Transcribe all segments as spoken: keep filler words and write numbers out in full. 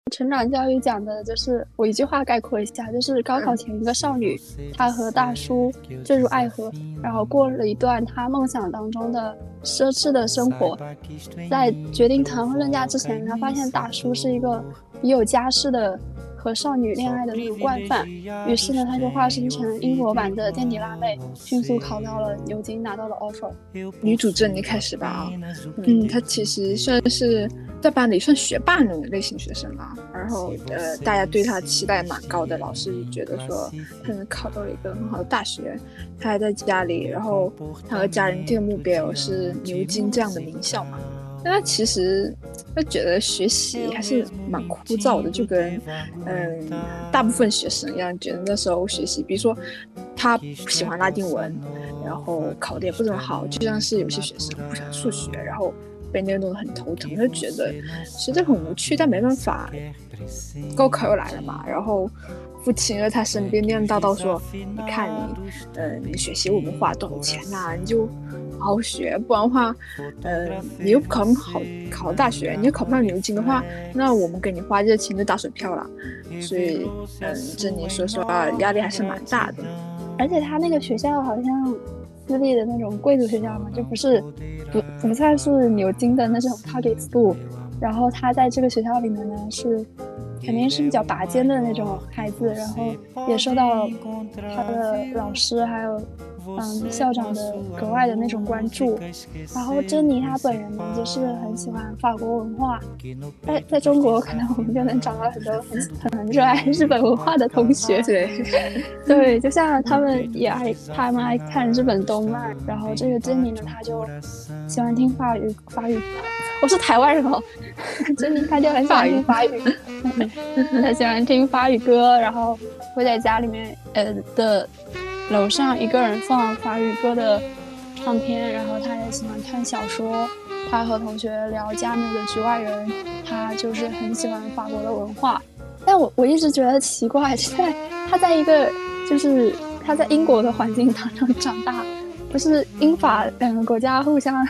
成长教育讲的就是我一句话概括一下，就是高考前一个少女，她和大叔坠入爱河，然后过了一段她梦想当中的奢侈的生活。在决定谈婚论嫁之前，她发现大叔是一个已有家室的和少女恋爱的那种惯犯，于是呢，她就化身成英国版的垫底辣妹，迅速考到了牛津，拿到了 offer。 女主珍妮开始吧啊，嗯，她其实算是在班里算学霸那种类型学生嘛，然后呃，大家对她期待蛮高的，老师觉得说她能考到了一个很好的大学，她还在家里，然后她和家人定的目标是牛津这样的名校嘛。但他其实他觉得学习还是蛮枯燥的，就跟嗯大部分学生一样，觉得那时候学习，比如说他不喜欢拉丁文，然后考的也不怎么好，就像是有些学生不喜欢数学，然后被那个弄得很头疼，他就觉得其实很无趣，但没办法，高考又来了嘛，然后父亲在他身边念叨叨说，你看你呃你学习我们花多少钱啊，你就好好学，不然的话呃你又不考那么好，考大学你又考不上牛津的话，那我们给你花这些钱就打水漂了。所以嗯珍妮说实话压力还是蛮大的。 而且他那个学校好像私立的那种贵族学校嘛，就不是不不算是牛津的那种 target school， 然后他在这个学校里面呢是肯定是比较拔尖的那种孩子，然后也受到他的老师还有嗯校长的格外的那种关注。然后珍妮她本人呢就是很喜欢法国文化，在在中国可能我们就能找到很多很很热爱日本文化的同学， 对对，就像他们也爱他们爱看日本动漫，然后这个珍妮呢她就喜欢听法语法语我是台湾人哦，珍妮她就很喜欢听法语她喜欢听法语歌，然后会在家里面呃的楼上一个人放法语歌的唱片，然后她也喜欢看小说，她和同学聊加缪的局外人，她就是很喜欢法国的文化。但我我一直觉得奇怪，现在她在一个就是她在英国的环境当中长大，不是英法两个国家互相、啊、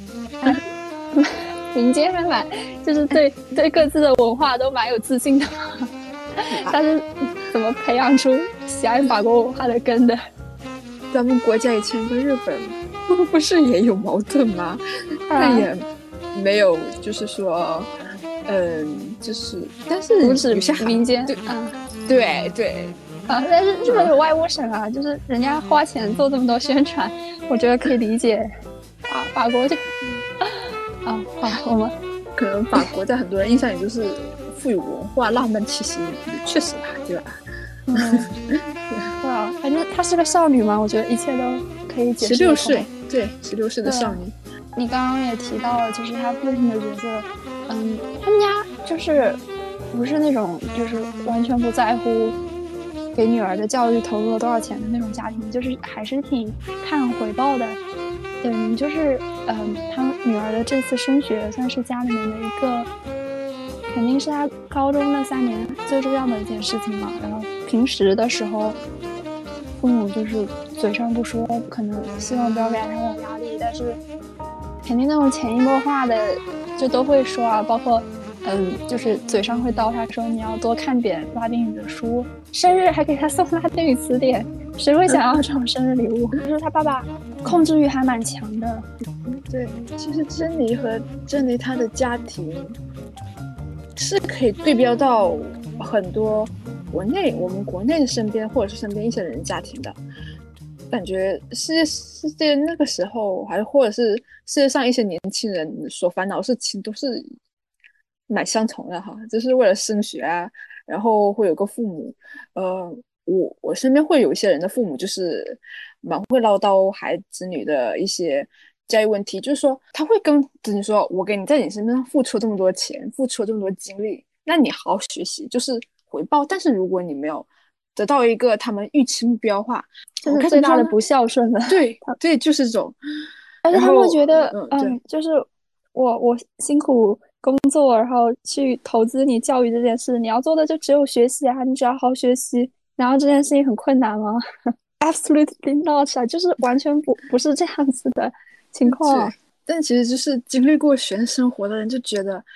民间还蛮就是对对各自的文化都蛮有自信的嘛，但是怎么培养出喜爱法国文化的根的？ 咱们国家以前跟日本不是也有矛盾吗？但也没有就是说嗯就是但是不止民间对啊， 对对啊，但是日本有外务省啊，就是人家花钱做这么多宣传，我觉得可以理解。法法国就啊好，我们可能法国在很多人印象里就是富有文化、浪漫气息，确实吧，对吧？ 嗯，对啊，反正她是个少女嘛，我觉得一切都可以解释。 十六岁，对，十六岁的少女。 你刚刚也提到了，就是她父亲的角色，嗯，他们家就是不是那种就是完全不在乎给女儿的教育投入了多少钱的那种家庭，就是还是挺看回报的。等于就是嗯，他女儿的这次升学算是家里面的一个，肯定是他高中那三年最重要的一件事情嘛。然后平时的时候父母就是嘴上不说，可能希望不要给他太大压力，但是肯定那种潜移默化的就都会说啊，包括嗯，就是嘴上会叨他说你要多看点拉丁语的书，生日还给他送拉丁语词典，谁会想要这种生日礼物？就是他爸爸控制欲还蛮强的。 对，其实珍妮和珍妮她的家庭是可以对标到很多国内我们国内身边或者是身边一些人家庭的，感觉世界世界那个时候还或者是世界上一些年轻人所烦恼的事情都是蛮相同的哈，就是为了升学啊，然后会有个父母，呃，我我身边会有一些人的父母就是蛮会唠叨孩子女的一些教育问题，就是说他会跟子女说，我给你在你身边上付出这么多钱，付出这么多精力，那你好好学习就是回报，但是如果你没有得到一个他们预期目标的话， 这是最大的不孝顺了。 对对，就是这种， 而且他们会觉得嗯， 嗯，就是我我辛苦工作，然后去投资你教育这件事，你要做的就只有学习啊，你只要好好学习，然后这件事情很困难吗？Absolutely not 啊，就是完全不不是这样子的情况。 但其实就是经历过学生生活的人就觉得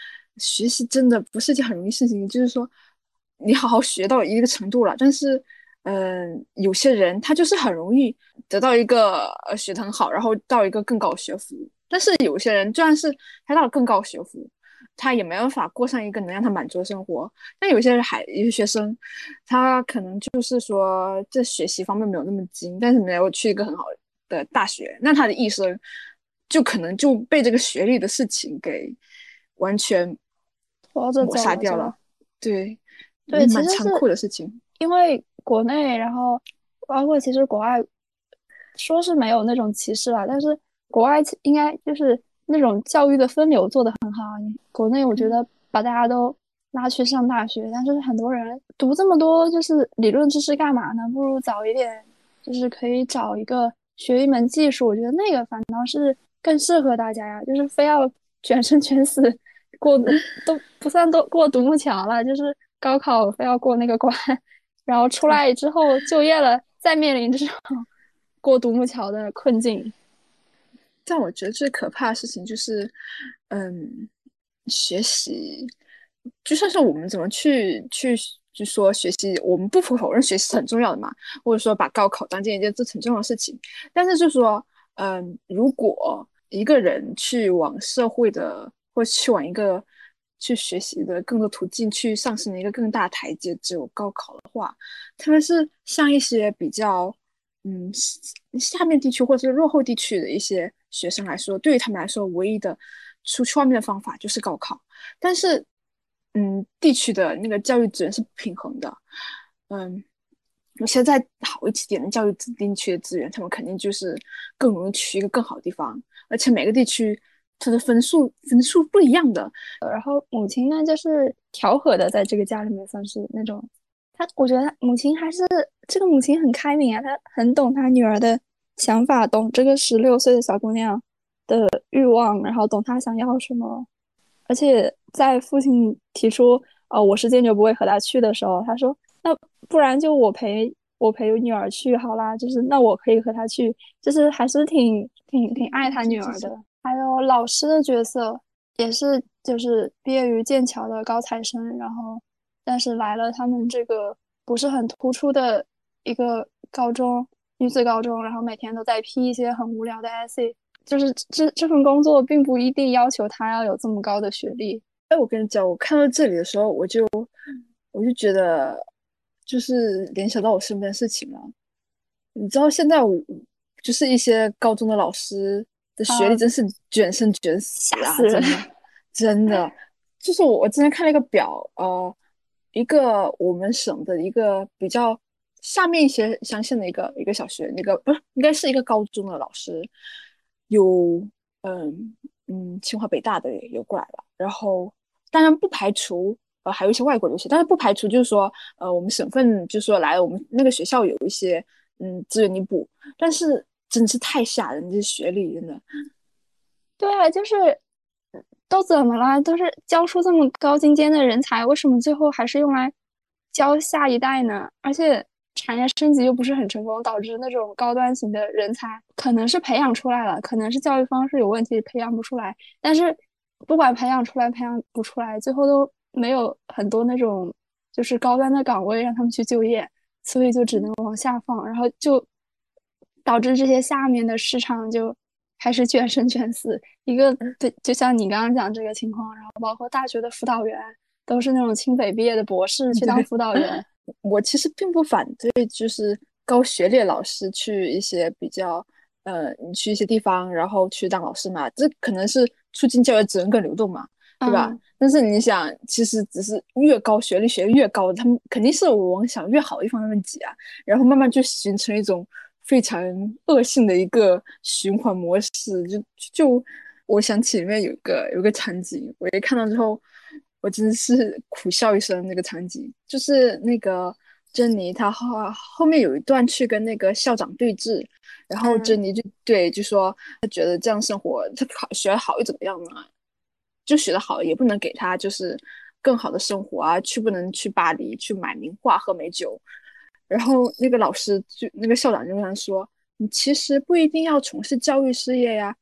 学习真的不是一件很容易事情，就是说你好好学到一个程度了，但是嗯、呃有些人他就是很容易得到一个呃学得很好，然后到一个更高学府，但是有些人就算是他到了更高学府，他也没办法过上一个能让他满足的生活。但有些人还有些学生，他可能就是说在学习方面没有那么精，但是没有去一个很好的大学，那他的一生就可能就被这个学历的事情给完全拖着抹走了是吧？ 杀掉了。对， 对，其蛮残实是酷的事情。 因为国内，然后包括其实国外，说是没有那种歧视吧，但是国外其应该就是那种教育的分流做得很好啊。你国内我觉得把大家都拉去上大学，但是很多人读这么多就是理论知识干嘛呢？不如早一点，就是可以找一个学一门技术，我觉得那个反倒是更适合大家呀，就是非要卷生卷死过都不算都过独木桥了，就是高考非要过那个关，然后出对， 来之后就业了，再面临这种过独木桥的困境。 但我觉得最可怕的事情就是，嗯，学习，就算是我们怎么去去就说学习，我们不否认学习是很重要的嘛，或者说把高考当成一件这很重要的事情，但是就是说，嗯，如果一个人去往社会的，或去往一个去学习的更多途径去上升的一个更大台阶，只有高考的话，特别是像一些比较。嗯，下面地区或者是落后地区的一些学生来说，对于他们来说，唯一的出去外面的方法就是高考。但是，嗯，地区的那个教育资源是不平衡的。嗯，有些在好一点的教育地区的资源，他们肯定就是更容易去一个更好的地方，而且每个地区它的分数分数不一样的。 母亲呢，就是调和的，在这个家里面算是那种，她我觉得母亲还是这个母亲很开明啊，她很懂她女儿的想法，懂这个十六岁的小姑娘的欲望，然后懂她想要什么。而且在父亲提出呃我是坚决不会和她去的时候，他说那不然就我陪我陪女儿去好啦，就是那我可以和她去，就是还是挺挺挺爱她女儿的。还有老师的角色，也是就是毕业于剑桥的高材生，然后但是来了他们这个不是很突出的一个高中女子高中，然后每天都在批一些很无聊的 essay，就是这这份工作并不一定要求他要有这么高的学历。 哎，我跟你讲，我看到这里的时候，我就我就觉得，就是联想到我身边的事情了。你知道现在我就是一些高中的老师的学历啊， 真是卷生卷死啊， 吓死人！ 真的真的，就是我我之前看了一个表，呃，一个我们省的一个比较下面一些乡县的一个一个小学，那个不是应该是一个高中的老师，有嗯嗯清华北大的也有过来了，然后当然不排除。呃，还有一些外国留学，但是不排除就是说，呃，我们省份就是说来我们那个学校有一些嗯资源弥补，但是真是太吓人，这学历真的。 对啊，就是都怎么了？都是教出这么高精尖的人才，为什么最后还是用来教下一代呢？而且产业升级又不是很成功，导致那种高端型的人才可能是培养出来了，可能是教育方式有问题，培养不出来。但是不管培养出来培养不出来，最后都没有很多那种就是高端的岗位让他们去就业，所以就只能往下放，然后就导致这些下面的市场就开始卷生卷死。一个对，就像你刚刚讲这个情况，然后包括大学的辅导员都是那种清北毕业的博士去当对， 辅导员。 我其实并不反对，就是高学历老师去一些比较，呃，你去一些地方，然后去当老师嘛，这可能是促进教育资源更流动嘛，对吧？ 嗯， 但是你想，其实只是越高学历学历越高，他们肯定是往想越好的地方面挤啊，然后慢慢就形成一种非常恶性的一个循环模式。就就我想起里面有个有个场景，我一看到之后。我真的是苦笑一声。那个场景就是那个珍妮，她后后面有一段去跟那个校长对峙，然后嗯， 珍妮就对就说她觉得这样生活，她考学得好又怎么样呢？就学得好也不能给她就是更好的生活啊，去不能去巴黎去买名画喝美酒。然后那个老师就那个校长就跟他说：“你其实不一定要从事教育事业呀，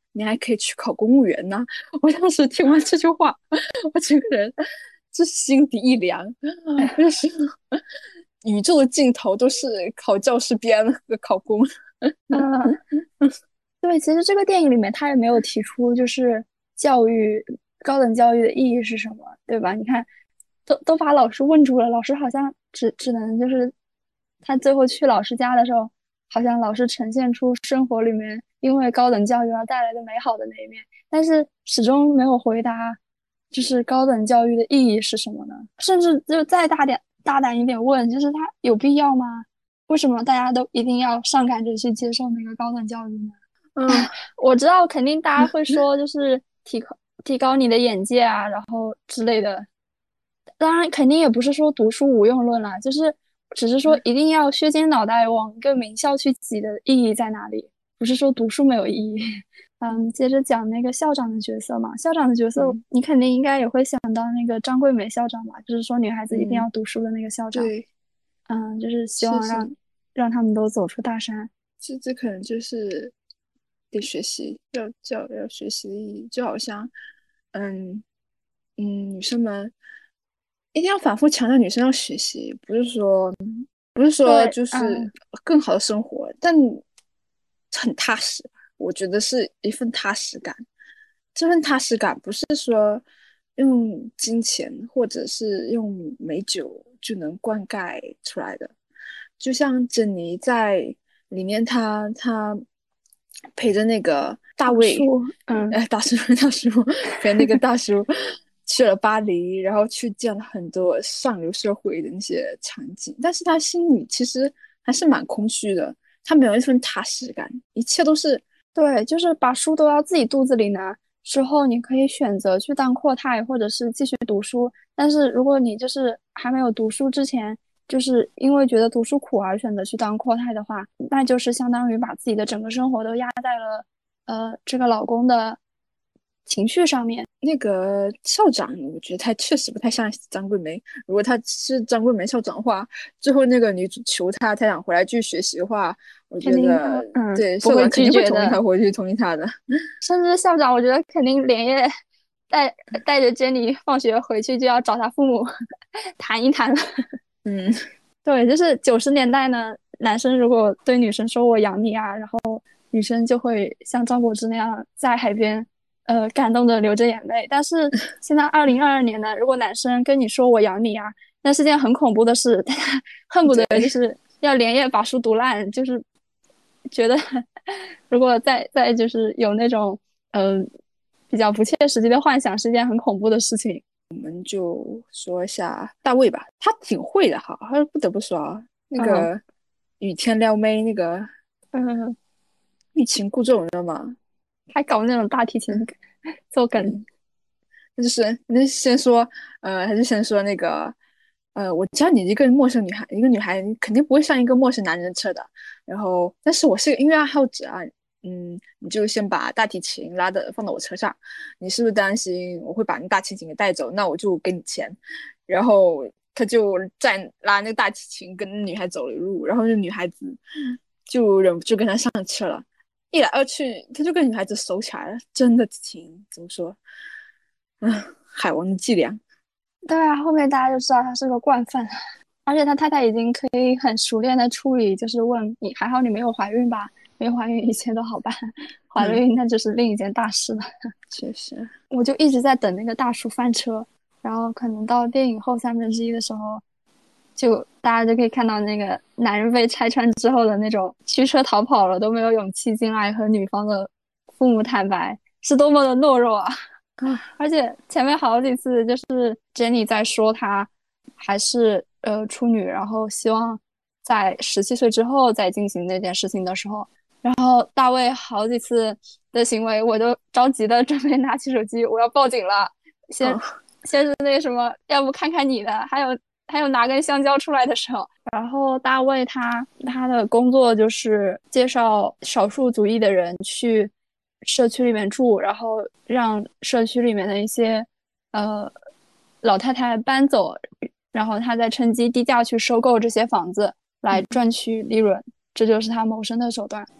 你还可以去考公务员呢。我当时听完这句话，我整个人这心底一凉，就是宇宙的尽头都是考教师编和考公。 嗯，对，其实这个电影里面他也没有提出就是教育高等教育的意义是什么，对吧？你看，都都把老师问住了，老师好像只只能就是他最后去老师家的时候，好像老师呈现出生活里面因为高等教育而带来的美好的那一面，但是始终没有回答，就是高等教育的意义是什么呢？甚至就再大点大胆一点问，就是它有必要吗？为什么大家都一定要上赶着去接受那个高等教育呢？ 嗯， 我知道肯定大家会说，就是提高提高你的眼界啊，然后之类的。当然，肯定也不是说读书无用论啦，就是只是说一定要削尖脑袋往一个名校去挤的意义在哪里？不是说读书没有意义。嗯，接着讲那个校长的角色嘛，校长的角色嗯你肯定应该也会想到那个张桂梅校长吧，就是说女孩子一定嗯， 要读书的那个校长。 对， 嗯，就是希是是， 望让让他们都走出大山。 这这可能就是得学习，要教要学习的意义，就好像，嗯嗯，女生们一定要反复强调女生要学习，不是说不是说对， 就是嗯， 更好的生活，但很踏实，我觉得是一份踏实感。这份踏实感不是说用金钱或者是用美酒就能灌溉出来的。就像珍妮在里面她，她陪着那个大卫， 大树，嗯， 呃，大叔大叔陪那个大叔去了巴黎，然后去见了很多上流社会的那些场景，但是他心里其实还是蛮空虚的，他没有一份踏实感，一切都是对，就是把书都要自己肚子里拿。之后你可以选择去当阔太，或者是继续读书。但是如果你就是还没有读书之前，就是因为觉得读书苦而选择去当阔太的话，那就是相当于把自己的整个生活都压在了呃这个老公的情绪上面。 那个校长，我觉得他确实不太像张桂梅。如果他是张桂梅校长的话，最后那个女主求他，他想回来继续学习的话，我肯定他觉得嗯不会对校长肯定会同意拒绝的。 他回去，同意他的。 甚至校长，我觉得肯定连夜带带着 Jenny 放学回去就要找他父母谈一谈了。 嗯， 对，就是九十年代呢，男生如果对女生说"我养你啊"，然后女生就会像张柏芝那样在海边，呃，感动的流着眼泪。但是现在二零二二年呢，如果男生跟你说"我养你啊"，那是件很恐怖的事，大家恨不得就对， 是要连夜把书读烂，就是觉得如果再再就是有那种呃比较不切实际的幻想，是件很恐怖的事情。 就说一下大卫吧，他挺会的哈，他不得不说啊，那嗯个雨天撩妹那个嗯， 欲擒故纵，你知道吗？ 还搞那种大提琴做梗。 嗯，那就是那先说，呃，还是先说那个，呃，我知道你一个陌生女孩，一个女孩，你肯定不会上一个陌生男人的车的。然后，但是我是个音乐爱好者啊，嗯，你就先把大提琴拉的放到我车上，你是不是担心我会把那大提琴给带走？那我就给你钱。然后他就再拉那个大提琴跟那女孩走了路，然后那女孩子就忍不住跟他上车了。一来二去，他就跟女孩子熟起来了，真的挺怎么说？嗯，海王的伎俩。 对啊，后面大家就知道他是个惯犯，而且他太太已经可以很熟练的处理，就是问你还好你没有怀孕吧？没怀孕一切都好办，怀了嗯， 孕那就是另一件大事了。 确实。 我就一直在等那个大叔翻车，然后可能到电影后三分之一的时候，就大家就可以看到那个男人被拆穿之后的那种驱车逃跑了都没有勇气进来和女方的父母坦白，是多么的懦弱啊！ 啊， 而且前面好几次就是 Jenny 在说她还是呃处女，然后希望在十七岁之后再进行那件事情的时候，然后大卫好几次的行为，我都着急的准备拿起手机，我要报警了。先哦， 先是那什么，要不看看你的，还有还有拿根香蕉出来的时候，然后大卫他他的工作就是介绍少数族裔的人去社区里面住，然后让社区里面的一些呃老太太搬走，然后他再趁机低价去收购这些房子来赚取利润，这就是他谋生的手段。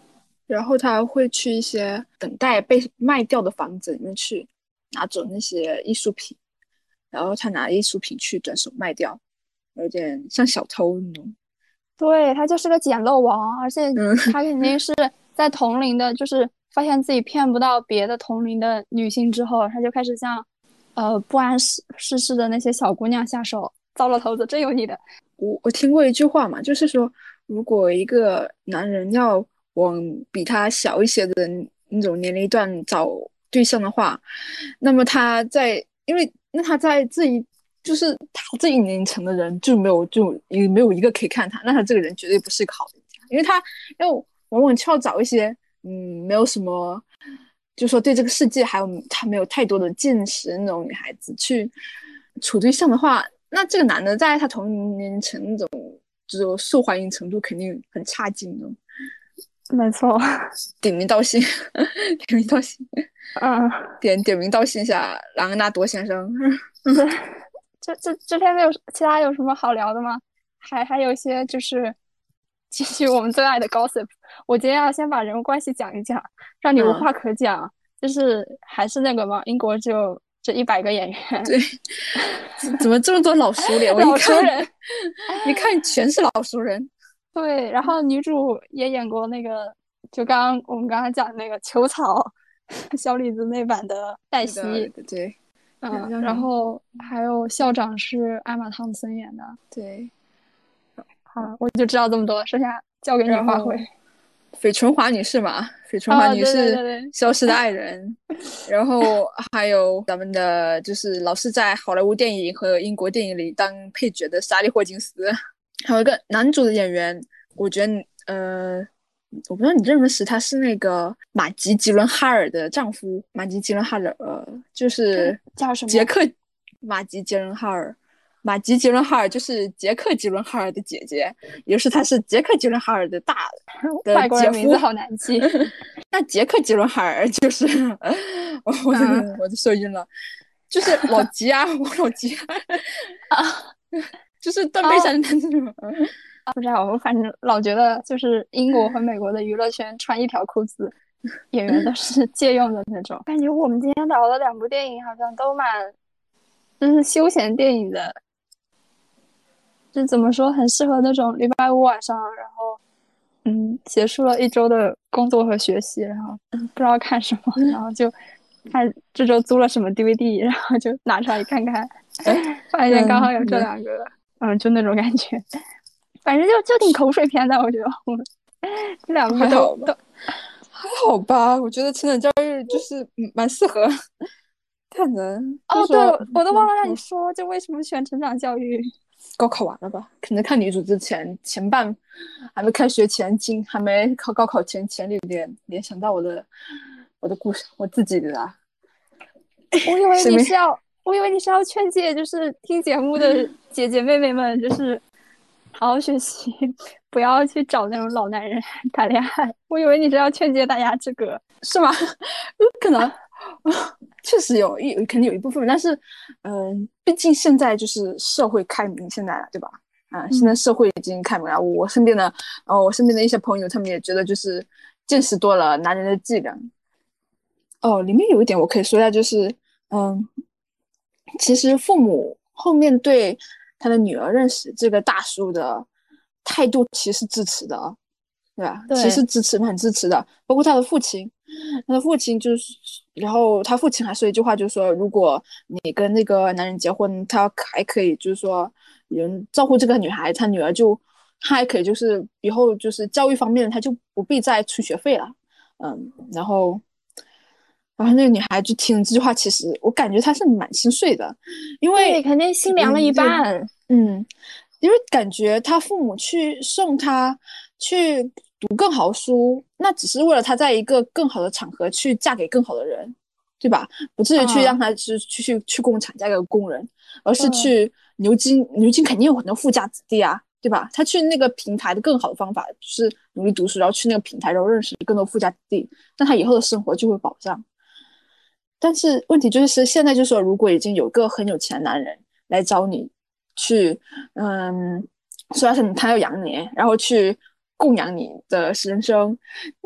然后他会去一些等待被卖掉的房子里面去拿走那些艺术品，然后他拿艺术品去转手卖掉，有点像小偷那种。 对，他就是个捡漏王，而且嗯， 他肯定是在同龄的，就是发现自己骗不到别的同龄的女性之后，他就开始向呃不谙世世事的那些小姑娘下手。糟了头子，真有你的！ 我我听过一句话嘛，就是说，如果一个男人要往比他小一些的那种年龄段找对象的话，那么他在，因为那他在这一就是他这一年龄层的人就没有就也没有一个可以看他，那他这个人绝对不是个好人家，因为他要往往就要找一些嗯没有什么，就说对这个世界还有他没有太多的见识那种女孩子去处对象的话。那这个男的在他同年龄层那种就是受欢迎程度肯定很差劲的。 没错， 点名道姓，点名道姓， 嗯， 点点名道姓一下朗恩纳多先生。 这这这这天没有其他有什么好聊的吗？还还有一些就是继续我们最爱的 gossip。我今天要先把人物关系讲一讲，让你无话可讲。嗯、就是还是那个嘛，英国只有这一百个演员。 对，怎么这么多老熟脸？我老熟人， 一看全是老熟人。 对，然后女主也演过那个，就刚刚我们刚刚讲的那个球草小李子那版的黛西， 对， 嗯，然后还有校长是艾玛汤姆森演的， 对， 好，我就知道这么多，剩下交给你发挥。 绯纯华女士嘛，绯纯华女士，消失的爱人，然后还有咱们的就是老是在好莱坞电影和英国电影里当配角的莎莉霍金斯，还有一个男主的演员，我觉得呃，我不知道你认不认识，他是那个马吉吉伦哈尔的丈夫，马吉吉伦哈尔，呃，就是叫什么？ 杰克马吉吉伦哈尔。马吉吉伦哈尔就是杰克吉伦哈尔的姐姐，也就是他是杰克吉伦哈尔的大的外国人名字好难记。 那杰克吉伦哈尔就是我我、嗯、我就说晕了，就是老吉啊，我老吉啊，就是断背山的男主。 啊，不知道，我反正老觉得就是英国和美国的娱乐圈穿一条裤子，演员都是借用的那种。感觉我们今天聊的两部电影好像都蛮，就是休闲电影的。就怎么说，很适合那种礼拜五晚上，然后，嗯，结束了一周的工作和学习，然后不知道看什么，然后就看这周租了什么 D V D，然后就拿出来看看，发现刚好有这两个，嗯，嗯就那种感觉，反正就就挺口水片的，我觉得我们这两部都都还好吧，我觉得成长教育就是蛮适合看的。 哦，对，我都忘了让你说，就为什么选成长教育。 高考完了吧？可能看女主之前前半还没开学前，今还没考高考前前里联联想到我的我的故事，我自己的啊。 我以为你是要，我以为你是要劝诫，就是听节目的姐姐妹妹们，就是好好学习，不要去找那种老男人谈恋爱。我以为你是要劝诫大家这个， 是吗？可能。确实有一肯定有一部分，但是，嗯、呃，毕竟现在就是社会开明，现在了，对吧？啊、呃，现在社会已经开明了。我身边的，哦、呃，我身边的一些朋友，他们也觉得就是见识多了男人的伎俩。哦，里面有一点我可以说一下，就是，嗯、呃，其实父母后面对他的女儿认识这个大叔的态度，其实是支持的，对吧？ 对， 其实支持很支持的，包括他的父亲。他的父亲就是，然后他父亲还说一句话，就是说，如果你跟那个男人结婚，他还可以，就是说，人照顾这个女孩，他女儿就，他还可以，就是以后就是教育方面，他就不必再出学费了，嗯，然后，然后那个女孩就听这句话，其实我感觉她是蛮心碎的，因为肯定心凉了一半， 嗯，因为感觉他父母去送他去读更好书，那只是为了他在一个更好的场合去嫁给更好的人，对吧？不至于去让他去、嗯、去去去工厂嫁给工人，而是去牛津，嗯、牛津肯定有很多富家子弟啊，对吧？他去那个平台的更好的方法就是努力读书，然后去那个平台，然后认识更多富家子弟，那他以后的生活就会保障。但是问题就是现在就是说，如果已经有个很有钱的男人来找你去，嗯，说他是他要养你，然后去供养你的人生，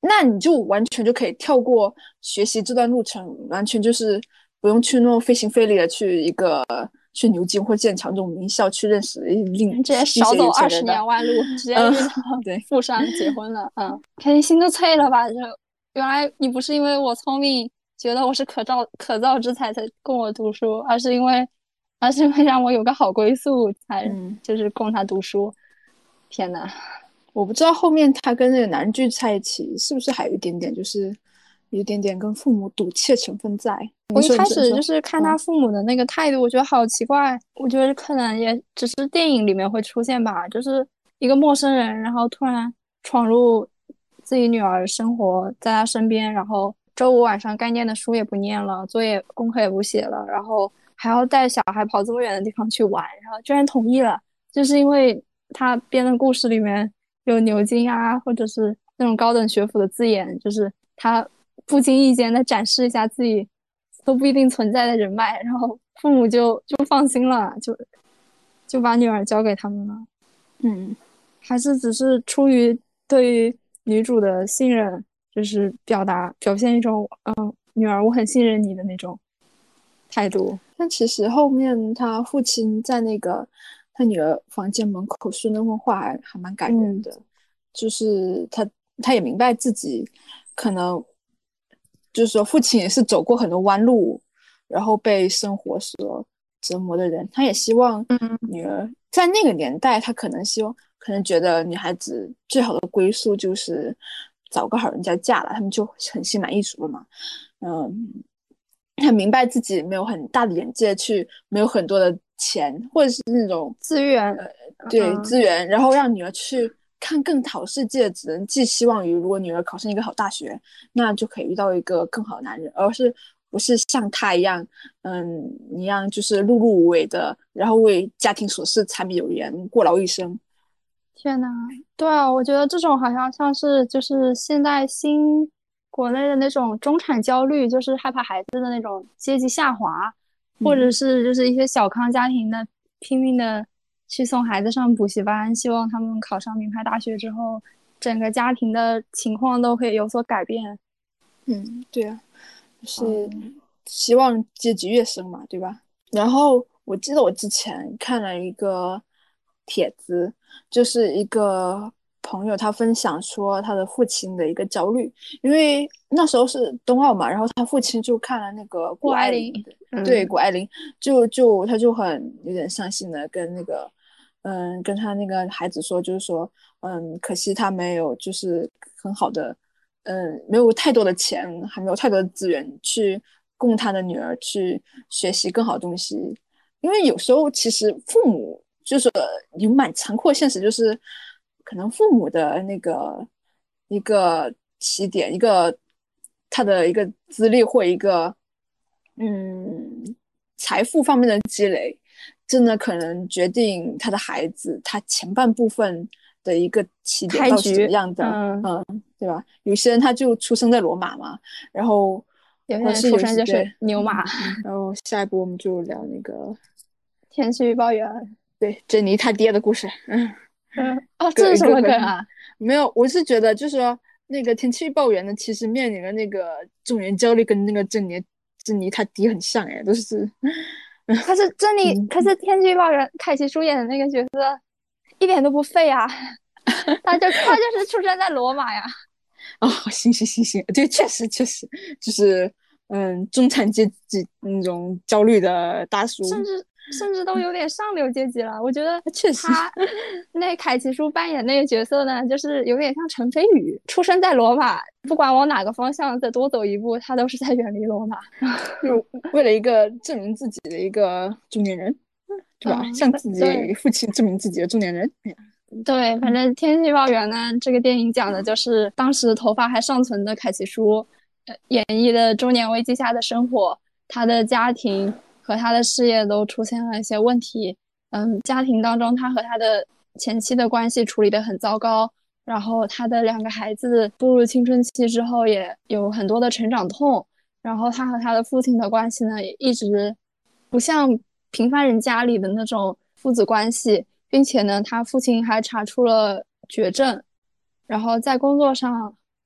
那你就完全就可以跳过学习这段路程，完全就是不用去那种费心费力的去一个去牛津或剑桥这种名校去认识另直接一些少走二十有钱人的。 年弯路，直接嗯， 遇到对， 富商结婚了，嗯，肯定心都脆了吧？就原来你不是因为我聪明，觉得我是可造可造之才才供我读书，而是因为，而是因为让我有个好归宿才嗯， 就是供他读书。天呐！ 我不知道后面他跟那个男人聚在一起，是不是还有一点点，就是有一点点跟父母赌气的成分在。 我一你说，你说，你说， 开始就是看他父母的那个态度，我觉得好奇怪。我觉得可能也只是电影里面会出现吧，就是一个陌生人，然后突然闯入自己女儿生活，在她身边，然后周五晚上该念的书也不念了，作业功课也不写了，然后还要带小孩跑这么远的地方去玩，然后居然同意了，就是因为他编的故事里面有牛津啊，或者是那种高等学府的字眼，就是他不经意间的展示一下自己都不一定存在的人脉，然后父母就就放心了，就就把女儿交给他们了。 嗯， 还是只是出于对于女主的信任，就是表达表现一种嗯，女儿我很信任你的那种态度。 但其实后面他父亲在那个他女儿房间门口说那番话还还蛮感人的，嗯、就是他他也明白自己可能就是说父亲也是走过很多弯路，然后被生活所折磨的人，他也希望女儿在那个年代，他可能希望可能觉得女孩子最好的归宿就是找个好人家嫁了，他们就很心满意足了嘛，嗯。他明白自己没有很大的眼界去，没有很多的钱，或者是那种资源， 呃，对、 嗯、 资源，然后让女儿去看更好世界，只能寄希望于如果女儿考上一个好大学，那就可以遇到一个更好的男人，而是不是像他一样，嗯，一样就是碌碌无为的，然后为家庭琐事柴米油盐过劳一生。 天呐，对啊，我觉得这种好像像是就是现代新国内的那种中产焦虑，就是害怕孩子的那种阶级下滑，或者是就是一些小康家庭的拼命的去送孩子上补习班，希望他们考上名牌大学之后，整个家庭的情况都可以有所改变。 嗯，对啊，就是希望阶级跃升嘛，对吧？然后我记得我之前看了一个帖子，就是一个朋友他分享说他的父亲的一个焦虑，因为那时候是冬奥嘛，然后他父亲就看了那个谷爱凌的， 嗯、 对，谷爱凌就就他就很有点伤心的跟那个嗯跟他那个孩子说，就是说嗯可惜他没有就是很好的嗯没有太多的钱，还没有太多的资源去供他的女儿去学习更好的东西，因为有时候其实父母就是有蛮残酷的现实，就是可能父母的那个一个起点，一个他的一个资历或一个嗯财富方面的积累，真的可能决定他的孩子他前半部分的一个起点到底是怎么样的， 嗯嗯，对吧？有些人他就出生在罗马嘛，然后有些人或是有些出生就是对， 牛马。 然后下一步我们就聊那个天气预报员， 对珍妮她爹的故事，嗯。 嗯，哦， 个这是什个个么梗啊？ 没有，我是觉得就是说，那个天气预报员呢，其实面临的那个中年焦虑，跟那个珍妮珍妮她爹很像哎，都是。 可是珍妮， 嗯， 可是天气预报员凯奇主演的那个角色一点都不废啊，他就他就是出生在罗马呀。 哦，行行行行，对，确实确实就是嗯，中产阶级那种焦虑的大叔， 甚至甚至都有点上流阶级了。我觉得确实， 他那凯奇叔扮演那个角色呢，就是有点像陈飞宇，出生在罗马，不管往哪个方向再多走一步，他都是在远离罗马， 就为了一个证明自己的一个中年人，对吧？ 嗯、 向自己父亲证明自己的中年人。 对，反正《天气预报员》呢，这个电影讲的就是当时头发还尚存的凯奇叔，呃，演绎的中年危机下的生活，他的家庭和他的事业都出现了一些问题。嗯，家庭当中他和他的前妻的关系处理得很糟糕，然后他的两个孩子步入青春期之后也有很多的成长痛，然后他和他的父亲的关系呢，也一直不像平凡人家里的那种父子关系。并且呢，他父亲还查出了绝症，然后在工作上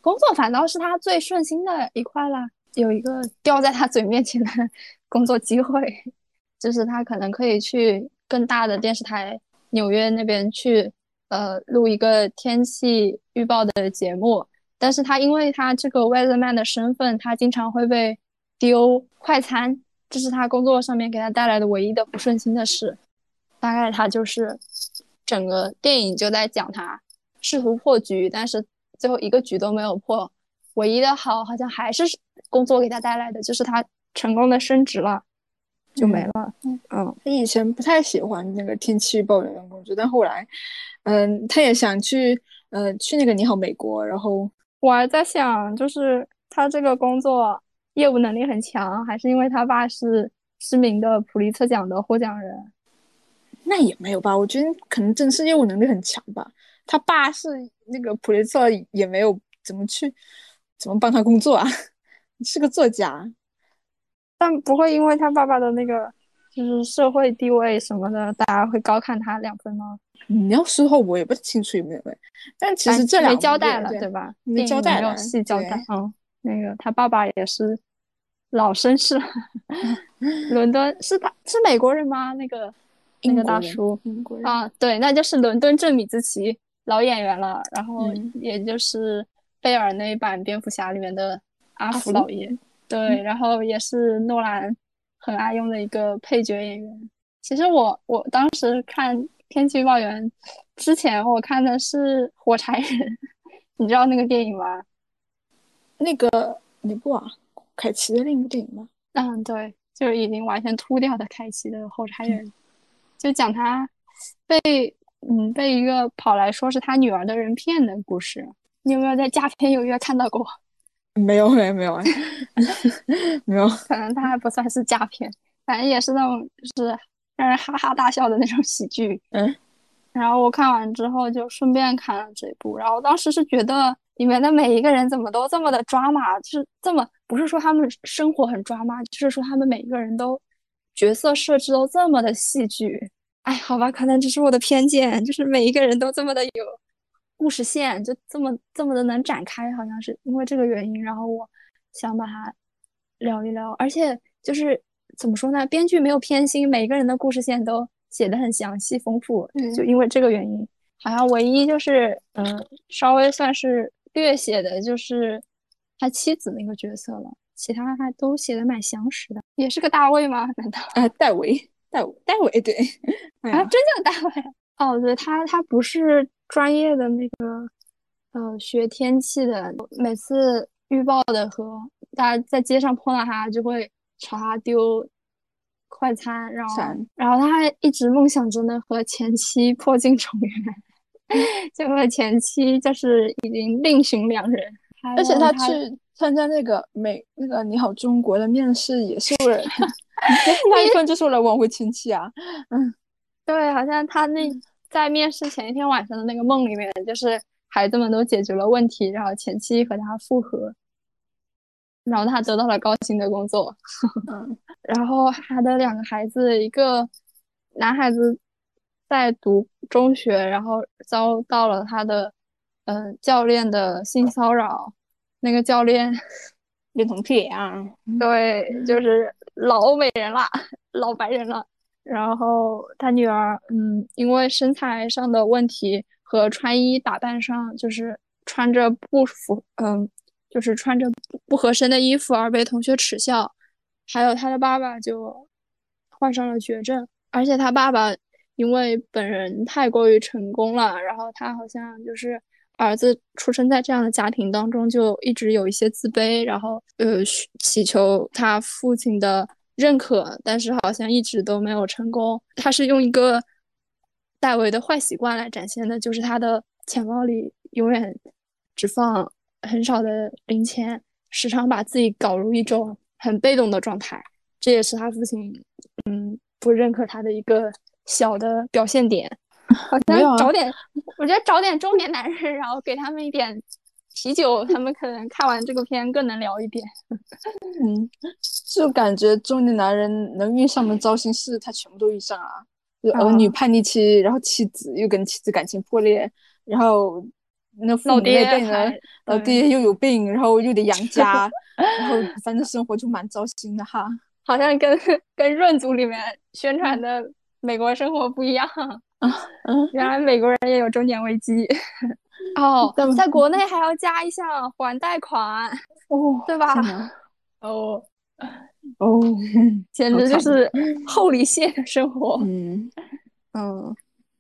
工作反倒是他最顺心的一块了，有一个掉在他嘴面前的工作机会，就是他可能可以去更大的电视台，纽约那边去，呃，录一个天气预报的节目。但是他因为他这个 weatherman 的身份，他经常会被丢快餐，这是他工作上面给他带来的唯一的不顺心的事。大概他就是整个电影就在讲他试图破局，但是最后一个局都没有破。唯一的好好像还是工作给他带来的，就是他成功的升职了，就没了。 嗯，嗯他以前不太喜欢那个天气预报员工作，但后来，嗯，他也想去，呃，去那个你好美国，然后我还在想，就是他这个工作业务能力很强，还是因为他爸是知名的普利策奖的获奖人？ 那也没有吧，我觉得可能真是业务能力很强吧。他爸是那个普利策，也没有怎么去怎么帮他工作啊，是个作家。 但不会因为他爸爸的那个就是社会地位什么的，大家会高看他两分吗？ 你要说后我也不清楚有没有，但其实这两没交代了， 对， 对吧？ 没交代了， 没有细交代。嗯，那个他爸爸也是老绅士，伦敦是他是美国人吗？那个那个大叔， 英国人啊，对，那就是伦敦正米兹奇老演员了，然后也就是贝尔那一版蝙蝠侠里面的阿福老爷，对，嗯、然后也是诺兰很爱用的一个配角演员。其实我我当时看天气预报员之前，我看的是火柴人，你知道那个电影吗？ 那个哪部啊？凯奇的另一部电影吗？ 嗯，对，就是已经完全秃掉的凯奇的火柴人，嗯、就讲他被嗯被一个跑来说是他女儿的人骗的故事。你有没有在佳片有约看到过？ 没有，没有，没有，没有。 可能他还不算是佳片，反正也是那种就是让人哈哈大笑的那种喜剧。 嗯。 然后我看完之后就顺便看了这部，然后当时是觉得里面的每一个人怎么都这么的抓马，就是这么不是说他们生活很抓马，就是说他们每一个人都角色设置都这么的戏剧。哎，好吧，可能只是我的偏见，就是每一个人都这么的有故事线，就这么这么的能展开，好像是因为这个原因，然后我想把它聊一聊。而且就是怎么说呢，编剧没有偏心，每个人的故事线都写得很详细丰富，就因为这个原因，好像唯一就是嗯，稍微算是略写的就是他妻子那个角色了，其他还都写的蛮详实的。也是个大卫吗？难道？ 啊，戴维，戴维，戴维，对， 哎、啊，真叫大卫。哦，对，他他不是专业的那个呃学天气的，每次预报的和大家在街上碰到他就会朝他丢快餐，然后然后他还一直梦想着能和前妻破镜重圆，结果前妻就是已经另寻良人。 而且他去参加那个美那个你好中国的面试也是为了那一份就是为了挽回前妻啊。嗯， 对，好像他那在面试前一天晚上的那个梦里面，就是孩子们都解决了问题，然后前妻和他复合，然后他得到了高薪的工作。嗯，然后他的两个孩子，一个男孩子在读中学，然后遭到了他的嗯、呃、教练的性骚扰，那个教练恋童癖啊， 对，就是老欧美人啦，老白人了。然后他女儿，嗯，因为身材上的问题和穿衣打扮上，就是穿着不符，嗯，就是穿着不合身的衣服而被同学耻笑。还有他的爸爸就患上了绝症，而且他爸爸因为本人太过于成功了，然后他好像就是儿子出生在这样的家庭当中，就一直有一些自卑，然后呃祈求他父亲的认可，但是好像一直都没有成功。他是用一个戴维的坏习惯来展现的，就是他的钱包里永远只放很少的零钱，时常把自己搞入一种很被动的状态。这也是他父亲嗯不认可他的一个小的表现点。好像找点，啊、我觉得找点中年男人，然后给他们一点啤酒，他们可能看完这个片更能聊一点。 嗯，就感觉中年男人能遇上的糟心事，他全部都遇上了。就儿女叛逆期，然后妻子又跟妻子感情破裂，然后那父母那老爹辈呢， 还老对， 爹又有病，然后又得养家，然后反正生活就蛮糟心的哈。 好像跟跟润组里面宣传的美国生活不一样。 啊嗯， 原来美国人也有中年危机哦， 但在国内还要加一项还贷款， 哦对吧？ 天呐， 哦， 哦， 简好惨， 直就是厚礼谢的生活。 嗯嗯，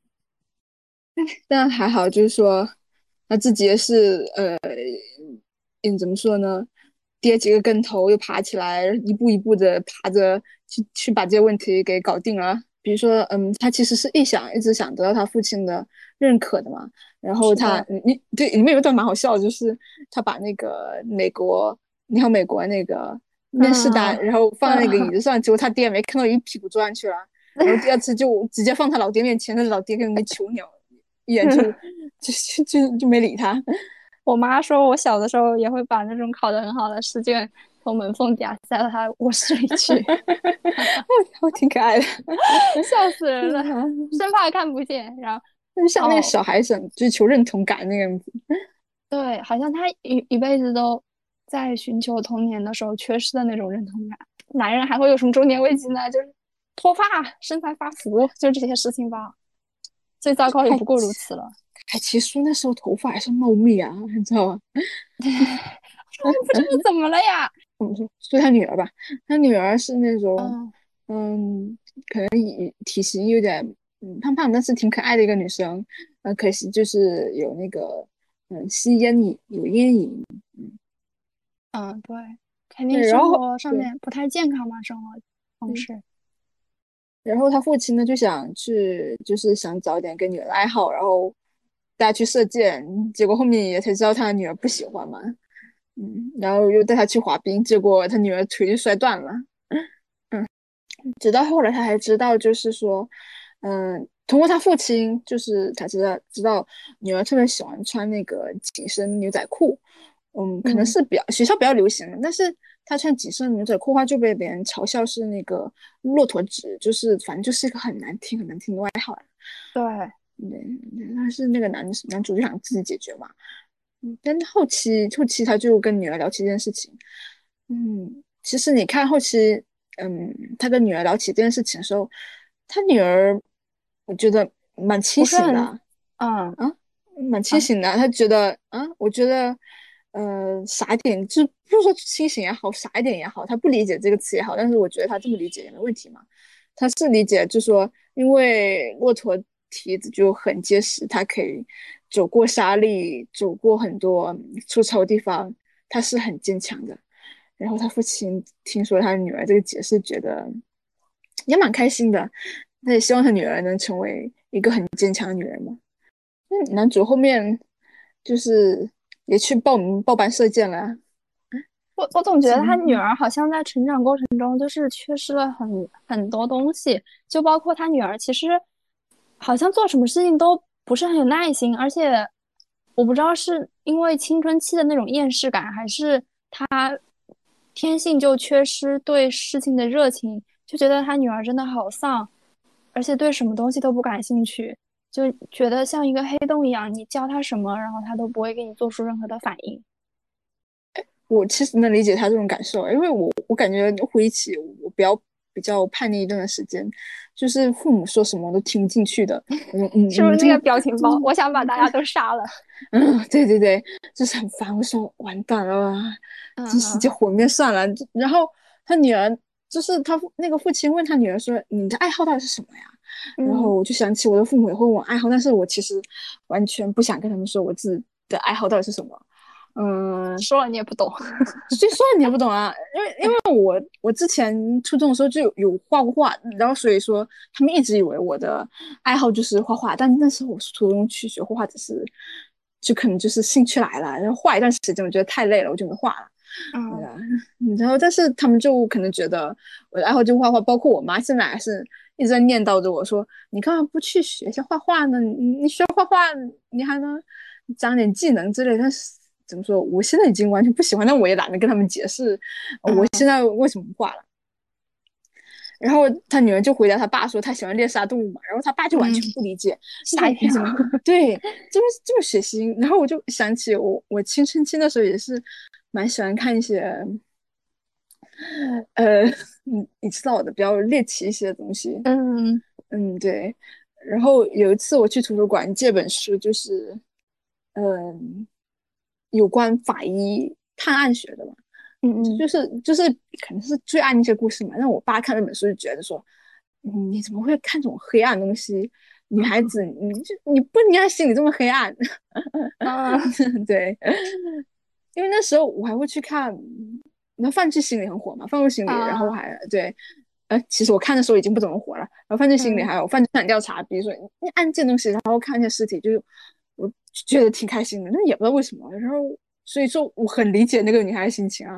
但还好，就是说他自己也是呃，嗯，怎么说呢？跌几个跟头又爬起来，一步一步的爬着去去把这些问题给搞定了。比如说，嗯，他其实是一想一直想得到他父亲的认可的嘛。然后他， 是的， 你对里面有一段蛮好笑的，就是他把那个美国你好美国那个面试单， 嗯然后放在那个椅嗯， 子上，结果他爹没看到，一屁股坐上去了。然后第二次就直接放他老爹面前，那老爹跟个囚鸟一眼就就就就就没理他。 我妈说我小的时候也会把那种考得很好的试卷从门缝底下塞到她卧室里去， 我挺可爱的。 笑死人了， 嗯， 生怕看不见。然后就像那个哦， 小孩子追求认同感那个样子。 对，好像他一一辈子都在寻求童年的时候缺失的那种认同感。男人还会有什么中年危机呢？就是脱发、身材发福，就这些事情吧。最糟糕也凯不过如此了。 凯奇叔那时候头发还是茂密啊，你知道吗？ 不知道怎么了呀？ 怎么说？说他女儿吧，他女儿是那种， 嗯嗯，体型有点嗯胖胖，但是挺可爱的一个女生。呃，可惜就是有那个嗯吸烟瘾，有烟瘾。 嗯，对，肯定对，然后生活上对， 面不太健康嘛，生活方嗯， 式。 然后他父亲呢就想去，就是想找点跟女儿的爱好，然后带她去射箭，结果后面也才知道他女儿不喜欢嘛。嗯，然后又带她去滑冰，结果他女儿腿就摔断了。嗯，直到后来他还知道，就是说，嗯，通过他父亲，就是他知道知道女儿特别喜欢穿那个紧身牛仔裤。嗯，可能嗯， 是比较学校比较流行的，但是他穿紧身牛仔裤的话就被别人嘲笑是那个骆驼直，就是反正就是一个很难听很难听的外号。 对， 对，但是那个男男主就想自己解决嘛。嗯，但后期后期他就跟女儿聊起这件事情。嗯，其实你看后期，嗯，他跟女儿聊起这件事情的时候，他女儿我觉得蛮清不是很， 醒的啊。 嗯啊，蛮清啊， 醒的。他觉得啊，我觉得呃傻一点，就不是说清醒也好，傻一点也好，他不理解这个词也好，但是我觉得他这么理解也没问题嘛。他是理解，就说因为骆驼蹄子就很结实，它可以走过沙砾，走过很多粗糙的地方，它是很坚强的。然后他父亲听说他女儿这个解释，觉得也蛮开心的。他也希望他女儿能成为一个很坚强的女人嘛。嗯，男主后面就是也去报名报班射箭了。 我我总觉得他女嗯， 儿好像在成长过程中就是缺失了很很多东西，就包括他女儿其实好像做什么事情都不是很有耐心，而且我不知道是因为青春期的那种厌世感，还是他天性就缺失对事情的热情，就觉得他女儿真的好丧，而且对什么东西都不感兴趣，就觉得像一个黑洞一样，你教他什么，然后他都不会给你做出任何的反应。 我其实能理解他这种感受，因为我我感觉回忆起我比较比较叛逆一段时间，就是父母说什么都听不进去的。嗯嗯嗯，这个是不是那个表情包？我想把大家都杀了。 嗯，对对对，就是很烦。我说完蛋了吧，这世界嗯毁灭算了。然后他女儿就是他父那个父亲问他女儿说：“你的爱好到底是什么呀？”然后嗯， 我就想起我的父母也会问我爱好，但是我其实完全不想跟他们说我自己的爱好到底是什么。嗯， 说了你也不懂。 所以说你也不懂啊，因为因为我我之前初中的时候就有有画过画，然后所以说他们一直以为我的爱好就是画画，但那时候我初中去学画画只是就可能就是兴趣来了，然后画一段时间我觉得太累了，我就没画了。对嗯， 啊，然后但是他们就可能觉得我的爱好就画画，包括我妈现在还是一直在念叨着我说，你干嘛不去学一下画画呢？你你学画画，你还能长点技能之类的。但是怎么说，我现在已经完全不喜欢，但我也懒得跟他们解释，呃我嗯， 现在为什么不画了。 然后他女儿就回答他爸说他喜欢猎杀动物嘛，然后他爸就完全不理解， 吓一跳。 对，这么这么血腥。然后我就想起我我青春期的时候也是蛮喜欢看一些，呃，你你知道的比较猎奇一些的东西。 嗯嗯，对。然后有一次我去图书馆借本书，就是嗯有关法医探案学的嘛。 嗯嗯， 就是就是可能是罪案那些故事嘛。让我爸看那本书就觉得说，嗯你怎么会看这种黑暗的东西？女孩子，你就你不应该心里这么黑暗。 啊， 对，因为那时候我还会去看，那犯罪心理很火嘛，犯罪心理，然后我啊， 还对，呃，其实我看的时候已经不怎么火了。然后犯罪心理嗯， 还有犯罪现场调查，比如说那案件东西，然后看那些尸体，就是我觉得挺开心的。那也不知道为什么，然后所以说我很理解那个女孩的心情啊。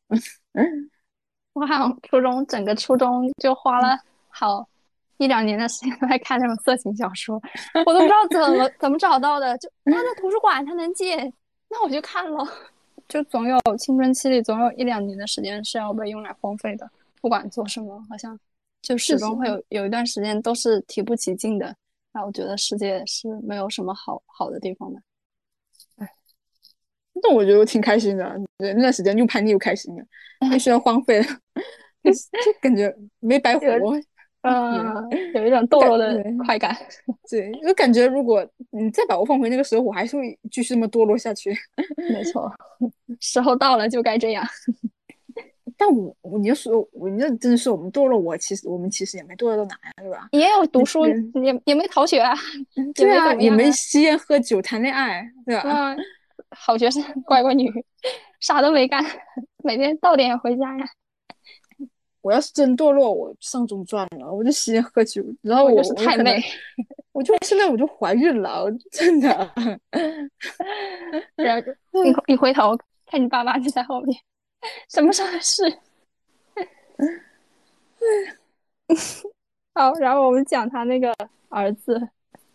我好像初中整个初中就花了好一两年的时间都在看这种色情小说，我都不知道怎么怎么找到的，就啊，在图书馆它能借，那我就看了。就总有青春期里总有一两年的时间是要被用来荒废的，不管做什么，好像就始确实。 终会有有一段时间都是提不起劲的。然后我觉得世界是没有什么好好的地方的。 但我觉得我挺开心的，对，那段时间又叛逆又开心的，又需要荒废了，就就感觉没白有活。对， 呃有一种我感堕落的对快感。 对，我感觉如果你再把我放回那个时候，我还是会继续这么堕落下去。 没错，时候到了就该这样。 但我我你要说，我你要真的说我们堕落，我其实我们其实也没堕落到哪呀，对吧？ 也有读书， 嗯， 也也没逃学啊，也没怎对啊，也没么样啊。 吸烟喝酒谈恋爱，对吧？ 嗯，好学生，乖乖女，啥都没干，每天到点也回家呀。 我要是真堕落，我上中专了，我就吸烟喝酒，然后我就我是太妹。 我就可能，我就现在我就怀孕了，我真的。 然后就你你回头看你爸妈就在后面，什么时候的事？好，然后我们讲他那个儿子，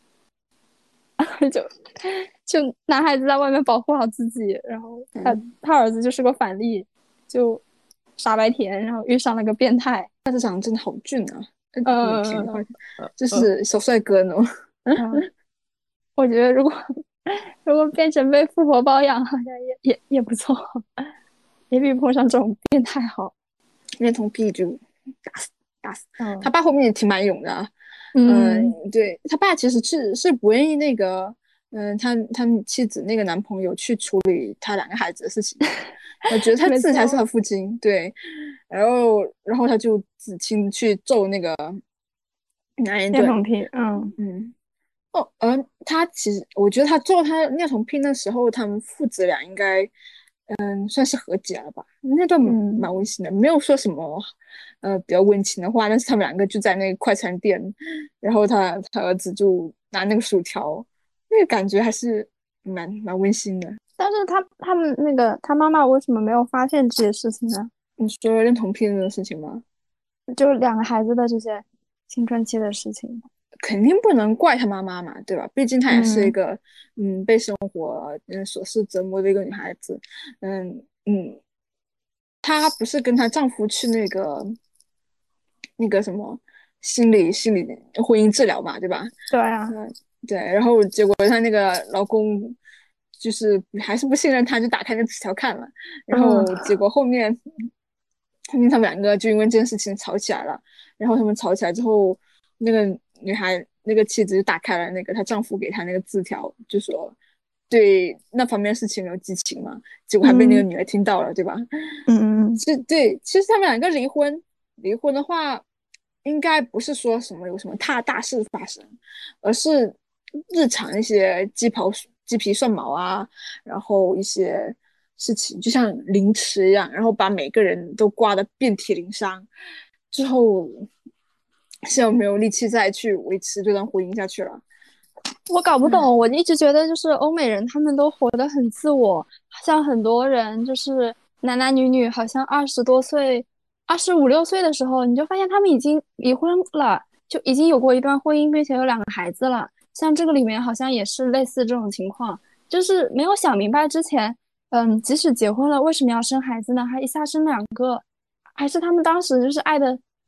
就就男孩子在外面保护好自己，然后他嗯， 他儿子就是个反例，就傻白甜，然后遇上了个变态。 大市长真的好俊啊！嗯，我的天呐， 呃就呃是小帅哥呢。 嗯，我觉得如果如果变成被富婆包养，好像也也也不错，也比碰上这种变态好。 恋童癖就打死打死。他嗯爸后面也挺蛮勇的啊。嗯、 嗯， 对他爸其实是是不愿意那个，嗯、他他妻子那个男朋友去处理他两个孩子的事情的。他觉得他没错， 自己才是他父亲，对。然后然后他就自亲去揍那个男人一顿。 恋童癖。嗯嗯。哦，而他其实，我觉得他做他恋童癖那时候，他们父子俩应该，嗯，算是和解了吧。那段嗯， 蛮温馨的，没有说什么，呃，比较温情的话。但是他们两个就在那个快餐店，然后他他儿子就拿那个薯条，那个感觉还是蛮蛮温馨的。 但是他他们那个他妈妈为什么没有发现这些事情呢？ 你说恋童癖那个事情吗？ 就两个孩子的这些青春期的事情。 肯定不能怪他妈妈嘛，对吧？毕竟她也是一嗯， 个嗯被生活嗯琐事折磨的一个女孩子。嗯嗯，她不是跟她丈夫去那个那个什么心理心理婚姻治疗嘛，对吧？ 对啊。 嗯，对。然后结果她那个老公就是还是不信任她，就打开那纸条看了。然嗯后结果后面后面他们两个就因为这件事情吵起来了。然后他们吵起来之后，那个女孩那个妻子就打开了那个她丈夫给她那个字条，就说对那方面事情有激情嘛。结果还被那个嗯女儿听到了，对吧？ 嗯嗯， 其实对，其实他们两个离婚，离婚的话，应该不是说什么有什么大大事发生，而是日常一些鸡刨鸡皮蒜毛啊，然后一些事情，就像凌迟一样，然后把每个人都刮得遍体鳞伤，之后是要没有力气再去维持这段婚姻下去了。 我搞不唉， 懂，我一直觉得就是欧美人他们都活得很自我，像很多人就是男男女女，好像二十多岁、二十五六岁的时候，你就发现他们已经离婚了，就已经有过一段婚姻，并且有两个孩子了。像这个里面好像也是类似这种情况，就是没有想明白之前，嗯，即使结婚了，为什么要生孩子呢？还一下生两个，还是他们当时就是爱的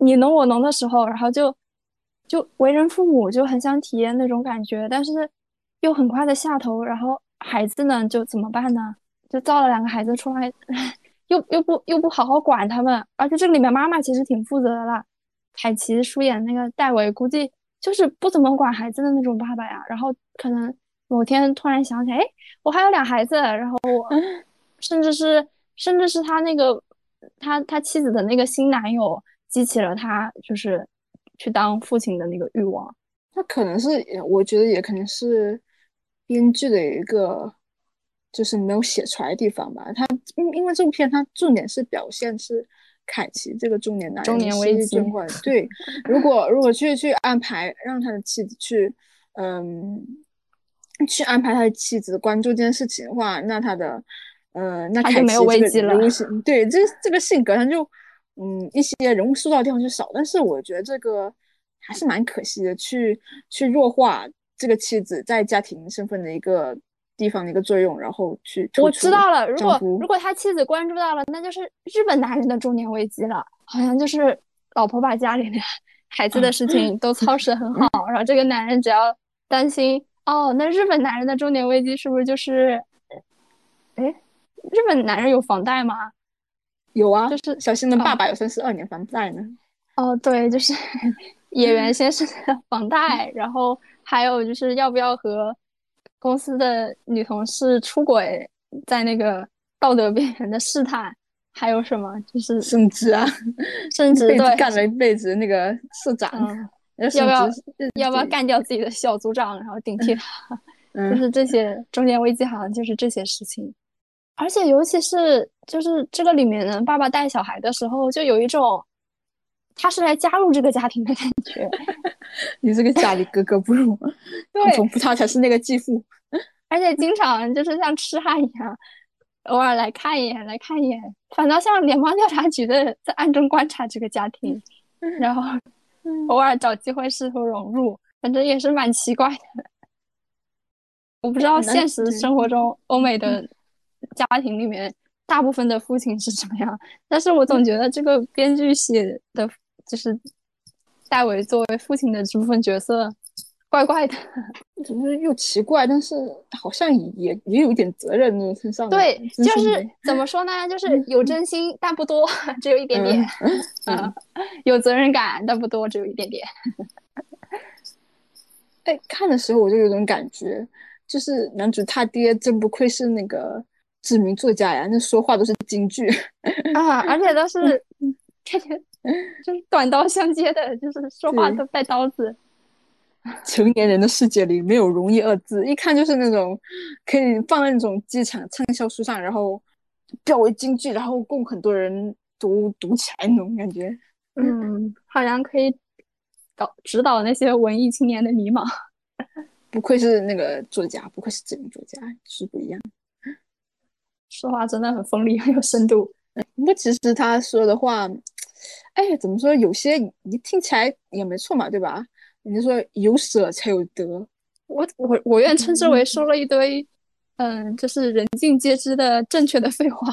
你侬我侬的时候，然后就就为人父母就很想体验那种感觉，但是又很快的下头，然后孩子呢就怎么办呢？就造了两个孩子出来，又又不又不好好管他们，而且这个里面妈妈其实挺负责的啦。凯奇饰演那个戴维，估计就是不怎么管孩子的那种爸爸呀。然后可能某天突然想起来，哎，我还有俩孩子，然后我甚至是甚至是他那个他他妻子的那个新男友激起了他就是去当父亲的那个欲望。 他可能是，我觉得也可能是编剧的一个就是没有写出来的地方吧。他因因为这部片它重点是表现是凯奇这个中年男中人的失年危机。 忆症患。对，如果如果去去安排让他的妻子去，嗯，去安排他的妻子关注这件事情的话，那他的，呃，那他就没有凯奇这个危机了。 人物性，对，这这个性格他就，嗯，一些人物塑造的地方就少。但是我觉得这个还是蛮可惜的，去去弱化这个妻子在家庭身份的一个地方的一个作用，然后去突我知出道了，如果丈夫。 如果他妻子关注到了，那就是日本男人的中年危机了。好像就是老婆把家里面孩子的事情都操持得很好，然后这个男人只要担心，哦，那日本男人的中年危机是不是就是，哎，日本男人有房贷吗？ 有啊， 就是小新的爸哦爸有三十二年房贷呢。 哦，对，就是演员先是房贷，然后还有就是要不要和公司的女同事出轨，在那个道德边缘的试探，还有什么就是升职啊，一升职，对， 辈子干了一辈子那个社长， 嗯， 要升职。 要不要要不要对， 干掉自己的小组长，然后顶替他，就嗯， 是这些中年危机，好像就是这些事情。而且尤其是就是这个里面呢，爸爸带小孩的时候，就有一种他是来加入这个家庭的感觉。 你这个家里格格不入， 对， 仿佛他才是那个继父。 而且经常就是像痴汉一样，偶尔来看一眼，来看一眼，反倒像联邦调查局的在暗中观察这个家庭，然后偶尔找机会试图融入，反正也是蛮奇怪的。我不知道那现实对， 生活中欧美的家庭里面大部分的父亲是怎么样，但是我总觉得这个编剧写的就是戴维作为父亲的这部分角色怪怪的。 怎么又奇怪，但是好像也也有一点责任在身上的， 对，就是真心没。 怎么说呢，就是有真心但不多，只有一点点。 嗯啊， 嗯， 有责任感但不多，只有一点点。 哎，看的时候我就有种感觉，就是男主他爹真不愧是那个知名作家呀，那说话都是金句。 啊，而且都是感觉就是短刀相接的，就是说话对， 都带刀子。 成年人的世界里没有容易二字，一看就是那种可以放在那种机场畅销书上，然后标为金句，然后供很多人读读起来那种感觉。 嗯，好像可以导指导那些文艺青年的迷茫。 不愧是那个作家，不愧是知名作家，是不一样。 说话真的很锋利，很有深度。 不过其实他说的话，哎，怎么说？有些你听起来也没错嘛，对吧？你就说有舍才有得。 我我我愿称之为说了一堆，嗯，就是人尽皆知的正确的废话。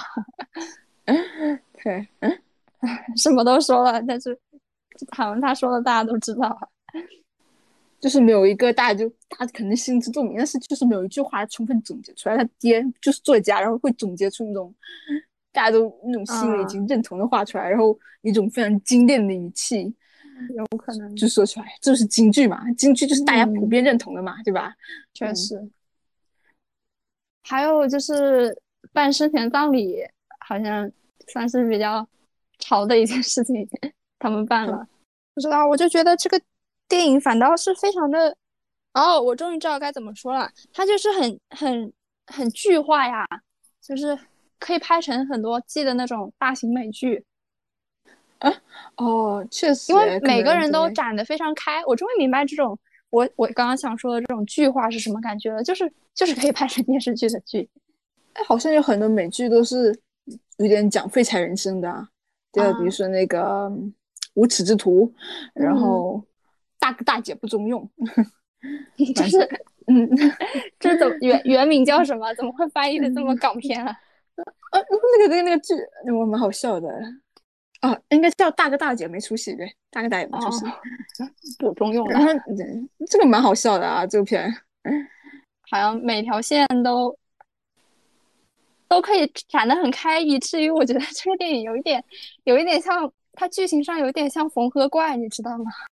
对， 什么都说了，但是好像他说的大家都知道。 就是没有一个大家就大家可能心知肚明，但是就是没有一句话充分总结出来。他爹就是作家，然后会总结出那种大家都那种心里已啊， 经认同的话出来，然后一种非常精炼的语气有可能。 就说出来，这就是京剧嘛，京剧就是大家普嗯， 遍认同的嘛，对吧？嗯， 确实。还有就是办生前葬礼，好像算是比较潮的一件事情，他们办他了。不知道，我就觉得这个电影反倒是非常的，哦，我终于知道该怎么说了，它就是很很很剧化呀，就是可以拍成很多季的那种大型美剧。 啊，哦，确实， 因为哎，可每个人都能对。 展得非常开，我终于明白这种我我刚刚想说的这种剧化是什么感觉了，就是就是可以拍成电视剧的剧。 哎，好像有很多美剧都是有点讲废柴人生的啊，就比如啊。 说那个嗯无耻之徒，然嗯， 后大哥大姐不中用。 就是反正嗯， 这怎么原原名叫什么？怎么会翻译的这么港片啊？ 呃，那个那个那个剧我蛮好笑的。 哦，应该叫大哥大姐没出息，对，大哥大姐没出息。 哦，补中用然后了。 嗯这个蛮好笑的啊，这个片。 好像每条线都都可以展得很开，以至于我觉得这个电影有一点有一点像，它剧情上有一点像缝合怪，你知道吗？